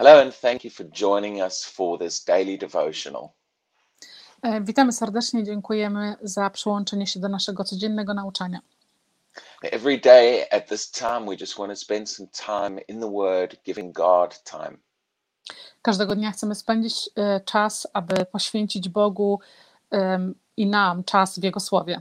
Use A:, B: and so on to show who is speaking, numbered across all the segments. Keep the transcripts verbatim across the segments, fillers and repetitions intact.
A: Hello, and thank you for joining us for this daily devotional.
B: E, Witamy serdecznie, dziękujemy za przyłączenie się do naszego codziennego nauczania.
A: Every day at this time, we just want to spend some time in the Word, giving God time.
B: Każdego dnia chcemy spędzić e, czas, aby poświęcić Bogu em, i nam czas w Jego Słowie.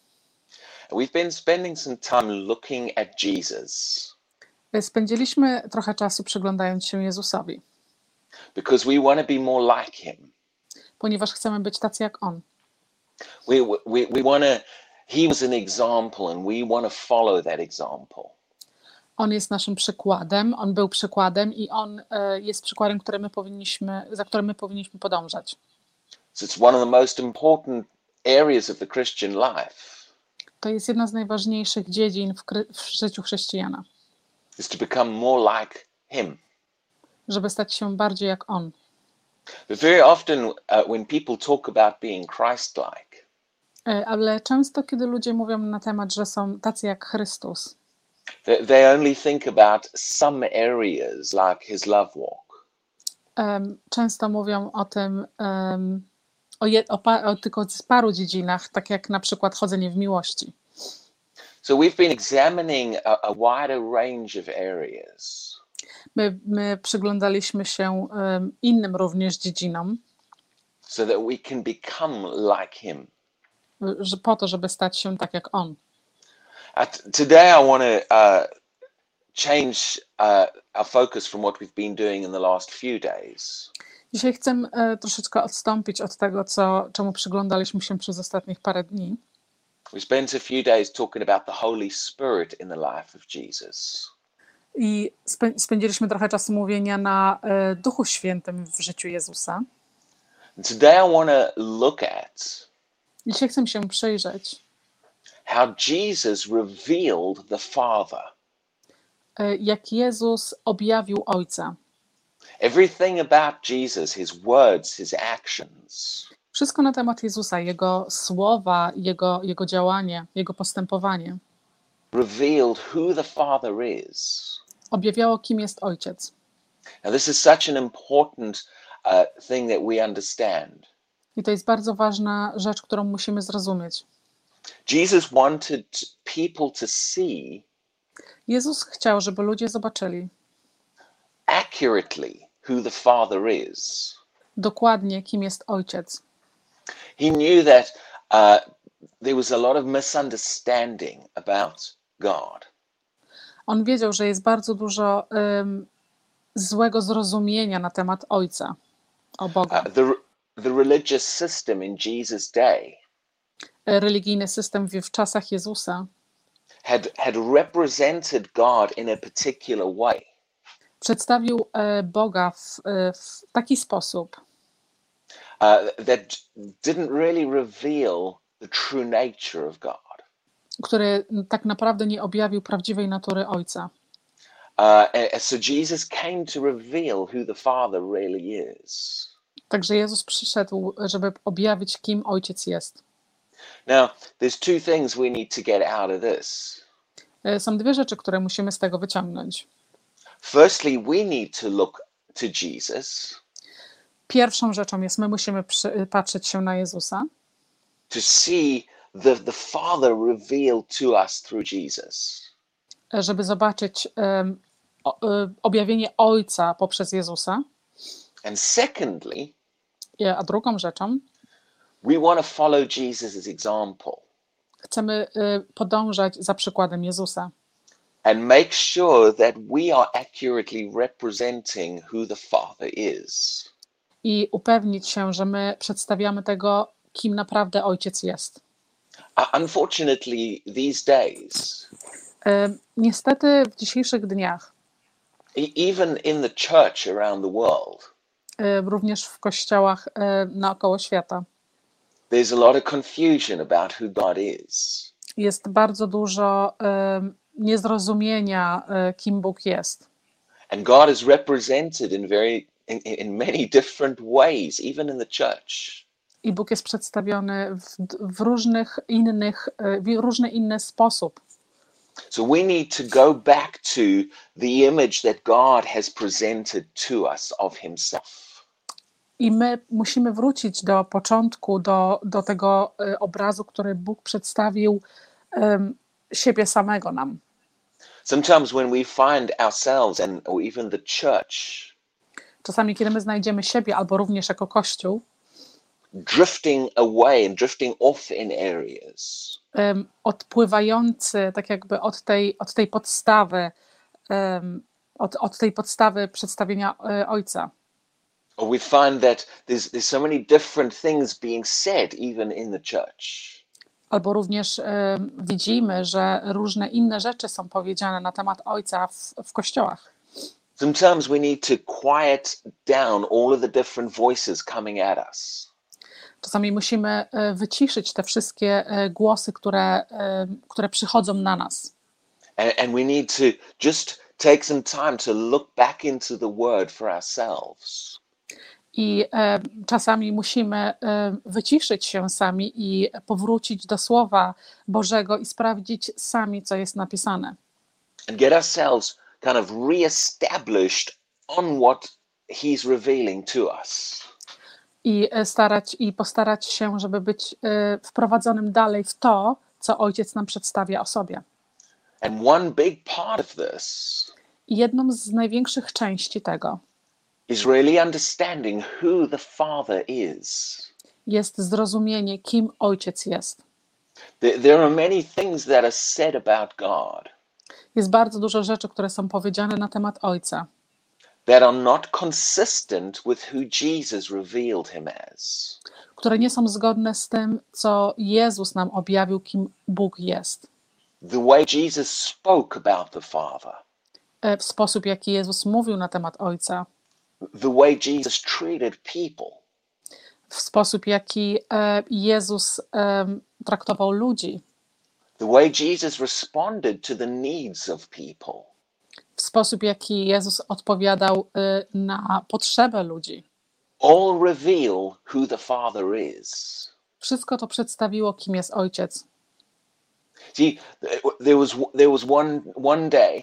A: We've been spending some time looking at Jesus
B: E, Spędziliśmy trochę czasu przyglądając się Jezusowi,
A: because we want to be more like Him.
B: ponieważ chcemy być tacy jak On.
A: We we we want to. He was an example, and we want to follow that example.
B: On jest naszym przykładem, On był przykładem i On e, jest przykładem, który my powinniśmy, za którym my powinniśmy podążać.
A: So it's one of the most important areas of the Christian life.
B: To jest jedna z najważniejszych dziedzin w, kry- w życiu chrześcijana,
A: Is to become more like Him.
B: żeby stać się bardziej jak On.
A: But very often, uh, when people talk about being Christ-like,
B: E, Ale często, kiedy ludzie mówią na temat, że są tacy jak Chrystus,
A: they, they only think about some areas like His love walk.
B: em, często mówią o tym, em, o, je, o, pa, o tylko z paru dziedzinach, tak jak na przykład chodzenie w miłości.
A: So we've been examining a, a wider range of areas.
B: My, my przyglądaliśmy się em, innym również dziedzinom,
A: So that we can become like Him.
B: że po to, żeby stać się tak jak On.
A: Uh, t- today, I want to uh, change uh, our focus from what we've been doing in the last few days.
B: Dzisiaj chcę e, troszeczkę odstąpić od tego, co, czemu przyglądaliśmy się przez ostatnich parę dni.
A: We spent a few days talking about the Holy Spirit in the life of Jesus.
B: I spę- spędziliśmy trochę czasu mówienia na e, Duchu Świętym w życiu Jezusa.
A: And today, I want to look at
B: Dzisiaj chcę się przyjrzeć,
A: how Jesus revealed the Father.
B: e, jak Jezus objawił Ojca.
A: Everything about Jesus, His words, His actions,
B: Wszystko na temat Jezusa, Jego słowa, Jego, jego działanie, Jego postępowanie
A: revealed who the Father is.
B: objawiało, kim jest Ojciec.
A: Now, this is such an important uh, thing that we understand.
B: I to jest bardzo ważna rzecz, którą musimy zrozumieć.
A: Jesus wanted people to see
B: Jezus chciał, żeby ludzie zobaczyli
A: accurately who the Father is.
B: dokładnie, kim jest Ojciec.
A: He knew that uh, there was a lot of misunderstanding about God.
B: On wiedział, że jest bardzo dużo um, złego zrozumienia na temat Ojca, o Boga.
A: Uh, the, the religious system in Jesus' day
B: Religijny system w w czasach Jezusa
A: had, had represented God in a particular way.
B: przedstawił e, Boga w, e, w taki sposób,
A: Uh, that didn't really reveal the true nature of God.
B: który tak naprawdę nie objawił prawdziwej natury Ojca.
A: Uh, and so Jesus came to reveal who the Father really is.
B: Także Jezus przyszedł, żeby objawić, kim Ojciec jest.
A: Now, there's two things we need to get out of this.
B: E, Są dwie rzeczy, które musimy z tego wyciągnąć.
A: Firstly, we need to look to Jesus
B: Pierwszą rzeczą jest, my musimy przy, patrzeć się na Jezusa,
A: to see the, the Father revealed to us through Jesus.
B: e, żeby zobaczyć em, o, e, objawienie Ojca poprzez Jezusa.
A: And secondly,
B: E, A drugą rzeczą,
A: we want to follow Jesus' example
B: chcemy e, podążać za przykładem Jezusa
A: and make sure that we are accurately representing who the Father is.
B: i upewnić się, że my przedstawiamy tego, kim naprawdę Ojciec jest.
A: Uh, unfortunately, these days,
B: E, Niestety w dzisiejszych dniach,
A: e- even in the church around the world,
B: e, również w kościołach e, naokoło świata,
A: there's a lot of confusion about who God is.
B: jest bardzo dużo e, niezrozumienia, e, kim Bóg jest.
A: And God is represented in very in, in many different ways, even in the church.
B: I Bóg jest przedstawiony w, w różnych innych, w różny inny sposób.
A: So we need to go back to the image that God has presented to us of himself.
B: I my musimy wrócić do początku, do, do tego y, obrazu, który Bóg przedstawił um, siebie samego nam.
A: Sometimes when we find ourselves and or even the church
B: Czasami, kiedy my znajdziemy siebie, albo również jako Kościół,
A: drifting away and drifting off in areas,
B: um, odpływający tak jakby od tej, od tej podstawy, um, od, od tej podstawy przedstawienia y, Ojca.
A: or we find that there's there's so many different things being said even in the church.
B: Albo również um, widzimy, że różne inne rzeczy są powiedziane na temat Ojca w, w kościołach.
A: Sometimes we need to quiet down all of the different voices coming at us.
B: Czasami musimy y, wyciszyć te wszystkie y, głosy, które, y, które przychodzą na nas.
A: And, and we need to just take some time to look back into the word for ourselves.
B: I e, czasami musimy e, wyciszyć się sami i powrócić do Słowa Bożego i sprawdzić sami, co jest napisane.
A: And get ourselves kind of re-established on what he's revealing to us.
B: I e, starać i postarać się, żeby być e, wprowadzonym dalej w to, co Ojciec nam przedstawia o sobie.
A: And one big part of this
B: I jedną z największych części tego
A: is really understanding who the Father is.
B: jest zrozumienie, kim Ojciec jest.
A: There, there are many things that are said about God
B: Jest bardzo dużo rzeczy, które są powiedziane na temat Ojca,
A: that are not consistent with who Jesus revealed him as.
B: które nie są zgodne z tym, co Jezus nam objawił, kim Bóg jest.
A: The way Jesus spoke about the Father,
B: W sposób, jaki Jezus mówił na temat Ojca,
A: the way Jesus treated people,
B: w sposób, jaki e, Jezus e, traktował ludzi,
A: the way Jesus responded to the needs of people.
B: w sposób, jaki Jezus odpowiadał e, na potrzebę ludzi.
A: All reveal who the Father is.
B: Wszystko to przedstawiło, kim jest Ojciec.
A: See, there was there was one one day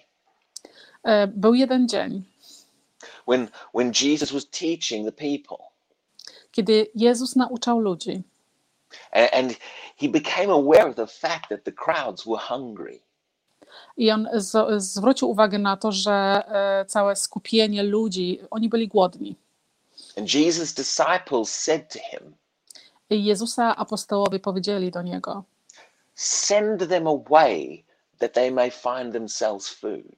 B: E, Był jeden dzień,
A: when when Jesus was teaching the people,
B: kiedy Jezus nauczał ludzi
A: and, and he became aware of the fact that the crowds were hungry.
B: i on z, zwrócił uwagę na to, że e, całe skupienie ludzi, oni byli głodni.
A: And Jesus' disciples said to him,
B: I Jezusa apostołowie powiedzieli do Niego:
A: send them away that they may find themselves food.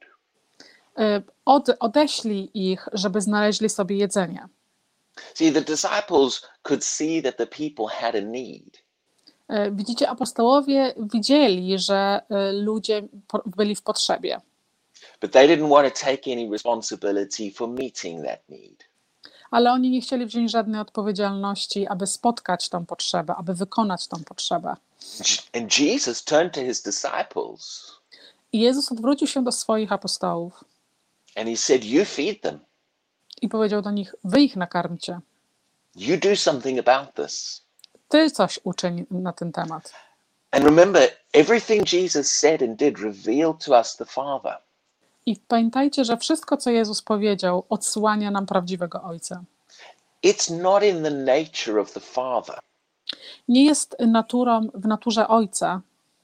B: e, Od, odeślij ich, żeby znaleźli sobie jedzenie.
A: See, the disciples could see that the people had a need.
B: E, Widzicie, apostołowie widzieli, że e, ludzie po- byli w potrzebie,
A: But they didn't want to take any responsibility for meeting that need.
B: ale oni nie chcieli wziąć żadnej odpowiedzialności, aby spotkać tą potrzebę, aby wykonać tą potrzebę.
A: And Jesus turned to his disciples
B: I Jezus odwrócił się do swoich apostołów
A: and he said, you feed them.
B: i powiedział do nich: wy ich nakarmcie.
A: You do something about this.
B: Ty coś uczyń na ten temat.
A: And remember, everything Jesus said and did revealed to us the Father.
B: I pamiętajcie, że wszystko, co Jezus powiedział, odsłania nam prawdziwego Ojca.
A: It's not in the nature of the Father
B: Nie jest naturą, w naturze Ojca,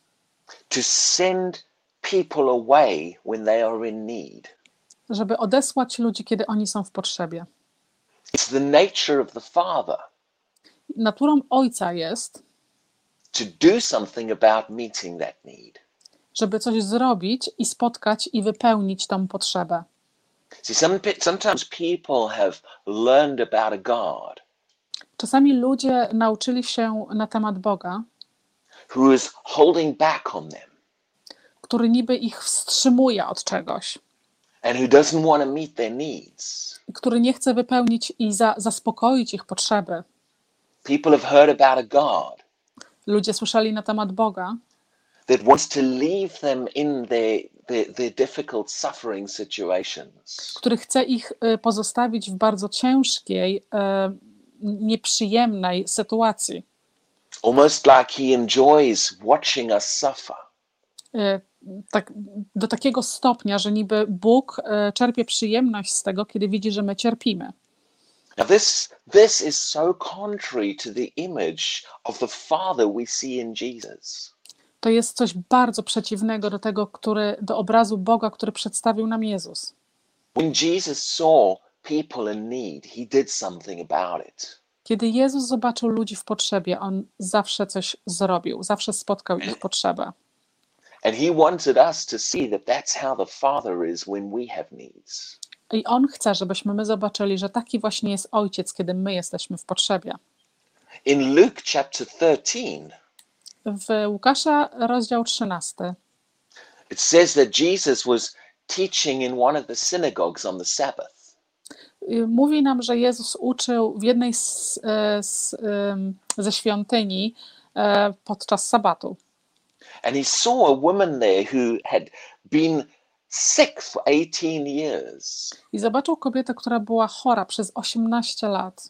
A: to send people away when they are in need.
B: żeby odesłać ludzi, kiedy oni są w potrzebie.
A: It's the nature of the Father
B: Naturą Ojca jest,
A: to do something about meeting that need.
B: żeby coś zrobić i spotkać i wypełnić tą potrzebę.
A: See, some, sometimes people have learned about a God
B: Czasami ludzie nauczyli się na temat Boga,
A: who is holding back on them
B: który niby ich wstrzymuje od czegoś,
A: and who doesn't want to meet their needs.
B: który nie chce wypełnić i za, zaspokoić ich potrzeby.
A: People have heard about a God
B: Ludzie słyszeli na temat Boga,
A: that wants to leave them in their, their, their difficult suffering situations.
B: który chce ich y, pozostawić w bardzo ciężkiej, y, nieprzyjemnej sytuacji.
A: Almost like he enjoys watching us suffer.
B: Y, tak, do takiego stopnia, że niby Bóg e, czerpie przyjemność z tego, kiedy widzi, że my cierpimy.
A: Now this, this is so contrary to the image of the Father we see in Jesus.
B: To jest coś bardzo przeciwnego do tego, który, do obrazu Boga, który przedstawił nam Jezus.
A: When Jesus saw people in need, he did something about it.
B: Kiedy Jezus zobaczył ludzi w potrzebie, On zawsze coś zrobił, zawsze spotkał ich potrzebę.
A: And he wanted us to see that that's how the Father is when we have needs.
B: I On chce, żebyśmy my zobaczyli, że taki właśnie jest Ojciec, kiedy my jesteśmy w potrzebie.
A: In Luke chapter thirteen,
B: W Łukasza rozdział trzynasty
A: it says that Jesus was teaching in one of the synagogues on the Sabbath.
B: y, mówi nam, że Jezus uczył w jednej z, e, z, ym, ze świątyni e, podczas sabatu.
A: And he saw a woman there who had been sick for eighteen years.
B: I zobaczył kobietę, która była chora przez osiemnaście lat.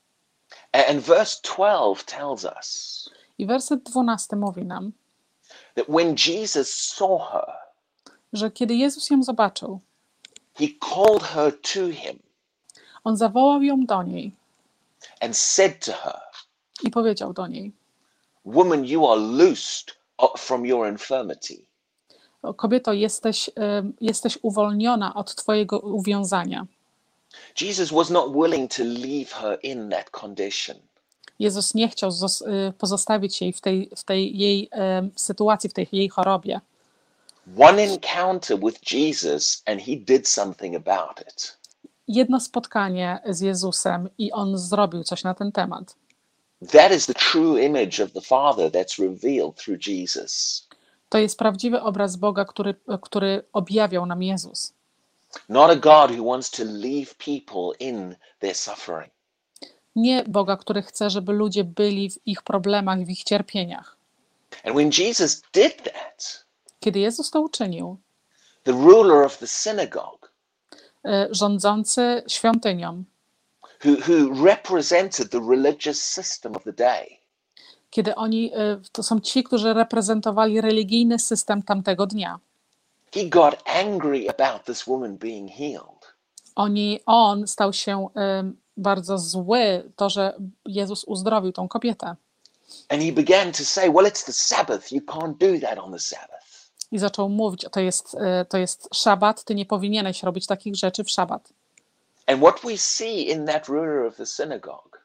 A: A- And verse twelve tells us
B: I werset dwunasty mówi nam,
A: that when Jesus saw her,
B: że kiedy Jezus ją zobaczył,
A: he called her to him
B: On zawołał ją do niej
A: and said to her,
B: i powiedział do niej:
A: "Woman, you are loosed from your infirmity."
B: Kobieto, jesteś, ym, jesteś uwolniona od twojego uwiązania.
A: Jesus was not willing to leave her in that condition.
B: Jezus nie chciał zos- y, pozostawić jej w tej, w tej jej ym, sytuacji, w tej jej chorobie.
A: One encounter with Jesus and he did something about it.
B: Jedno spotkanie z Jezusem i On zrobił coś na ten temat.
A: That is the true image of the Father that's revealed through Jesus.
B: To jest prawdziwy obraz Boga, który, który objawiał nam Jezus.
A: Not a God who wants to leave people in their suffering.
B: Nie Boga, który chce, żeby ludzie byli w ich problemach, w ich cierpieniach.
A: And when Jesus did that,
B: Kiedy Jezus to uczynił,
A: the ruler of the synagogue,
B: y, rządzący świątynią,
A: who, who represented the religious system of the day,
B: kiedy oni, y, to są ci, którzy reprezentowali religijny system tamtego dnia.
A: he got angry about this woman being healed.
B: Oni, on stał się y, bardzo zły, to, że Jezus uzdrowił tą kobietę.
A: And he began to say, well, it's the Sabbath. You can't do that on the Sabbath.
B: I zaczął mówić, to jest, y, to jest szabat, ty nie powinieneś robić takich rzeczy w szabat.
A: And what we see in that ruler of the synagogue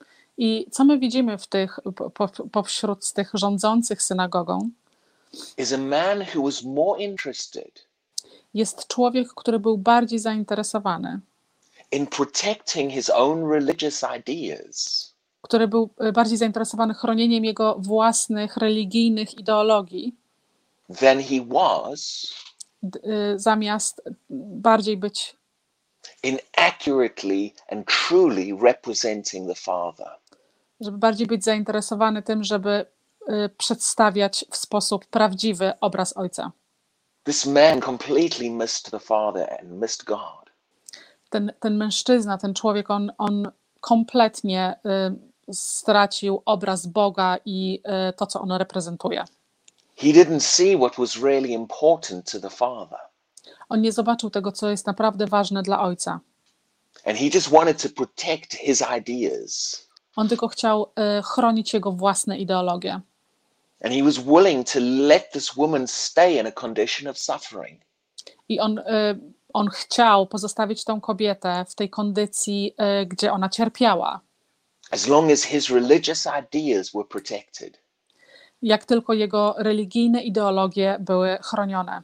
B: I co my widzimy w tych, po, po, pośród tych rządzących synagogą?
A: is a man who was more interested
B: Jest człowiek, który był bardziej zainteresowany,
A: in protecting his own religious ideas
B: który był y, bardziej zainteresowany chronieniem jego własnych religijnych ideologii,
A: than he was
B: d- y, zamiast bardziej być,
A: in accurately and truly representing the Father.
B: żeby bardziej być zainteresowany tym, żeby y, przedstawiać w sposób prawdziwy obraz Ojca.
A: This man completely missed the Father and missed God.
B: Ten, ten mężczyzna, ten człowiek, on, on kompletnie y, stracił obraz Boga i y, to, co on reprezentuje.
A: He didn't see what was really important to the Father.
B: On nie zobaczył tego, co jest naprawdę ważne dla Ojca.
A: And he just wanted to protect his ideas.
B: On tylko chciał y, chronić jego własne ideologie.
A: And he was willing to let this woman stay in a condition of suffering.
B: I on, y, on chciał pozostawić tą kobietę w tej kondycji, y, gdzie ona cierpiała.
A: As long as his religious ideas were protected.
B: Jak tylko jego religijne ideologie były chronione.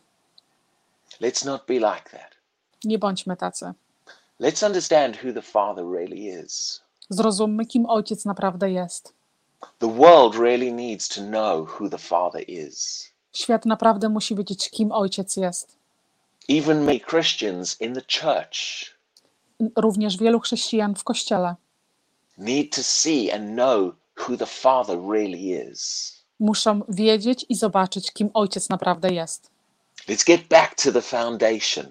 A: Let's not be like that.
B: Nie bądźmy tacy.
A: Let's understand who the Father really is.
B: Zrozummy, kim Ojciec naprawdę jest.
A: The world really needs to know who the Father is.
B: Świat naprawdę musi wiedzieć, kim Ojciec jest.
A: Even me, Christians in the church,
B: Również wielu chrześcijan w Kościele
A: need to see and know who the Father really is.
B: muszą wiedzieć i zobaczyć, kim Ojciec naprawdę jest.
A: Let's get back to the foundation.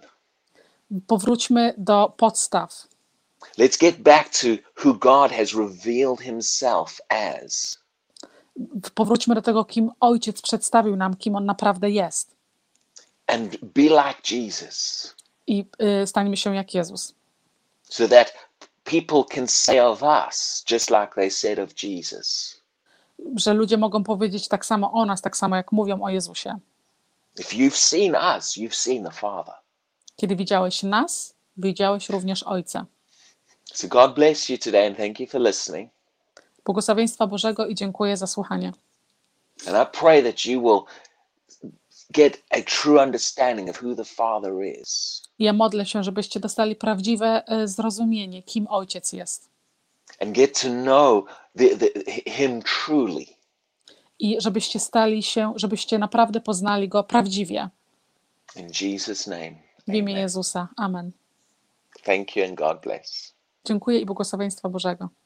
B: Powróćmy do podstaw.
A: Let's get back to who God has revealed himself as.
B: Powróćmy do tego, kim Ojciec przedstawił nam, kim On naprawdę jest.
A: and be like Jesus,
B: i y, stańmy się jak Jezus,
A: so that people can say of us just like they said of Jesus.
B: że ludzie mogą powiedzieć tak samo o nas, tak samo jak mówią o Jezusie.
A: If you've seen us, you've seen the Father.
B: Kiedy widziałeś nas, widziałeś również Ojca.
A: So God bless you today and thank you for listening.
B: Błogosławieństwa Bożego i dziękuję za słuchanie.
A: And I pray that you will get a true understanding of who the Father is.
B: Ja modlę się, żebyście dostali prawdziwe e, zrozumienie, kim Ojciec jest.
A: And get to know the, the, him truly.
B: I żebyście stali się, żebyście naprawdę poznali Go prawdziwie.
A: In Jesus' name.
B: W imię
A: Amen.
B: Jezusa. Amen.
A: Thank you and God bless.
B: Dziękuję i błogosławieństwa Bożego.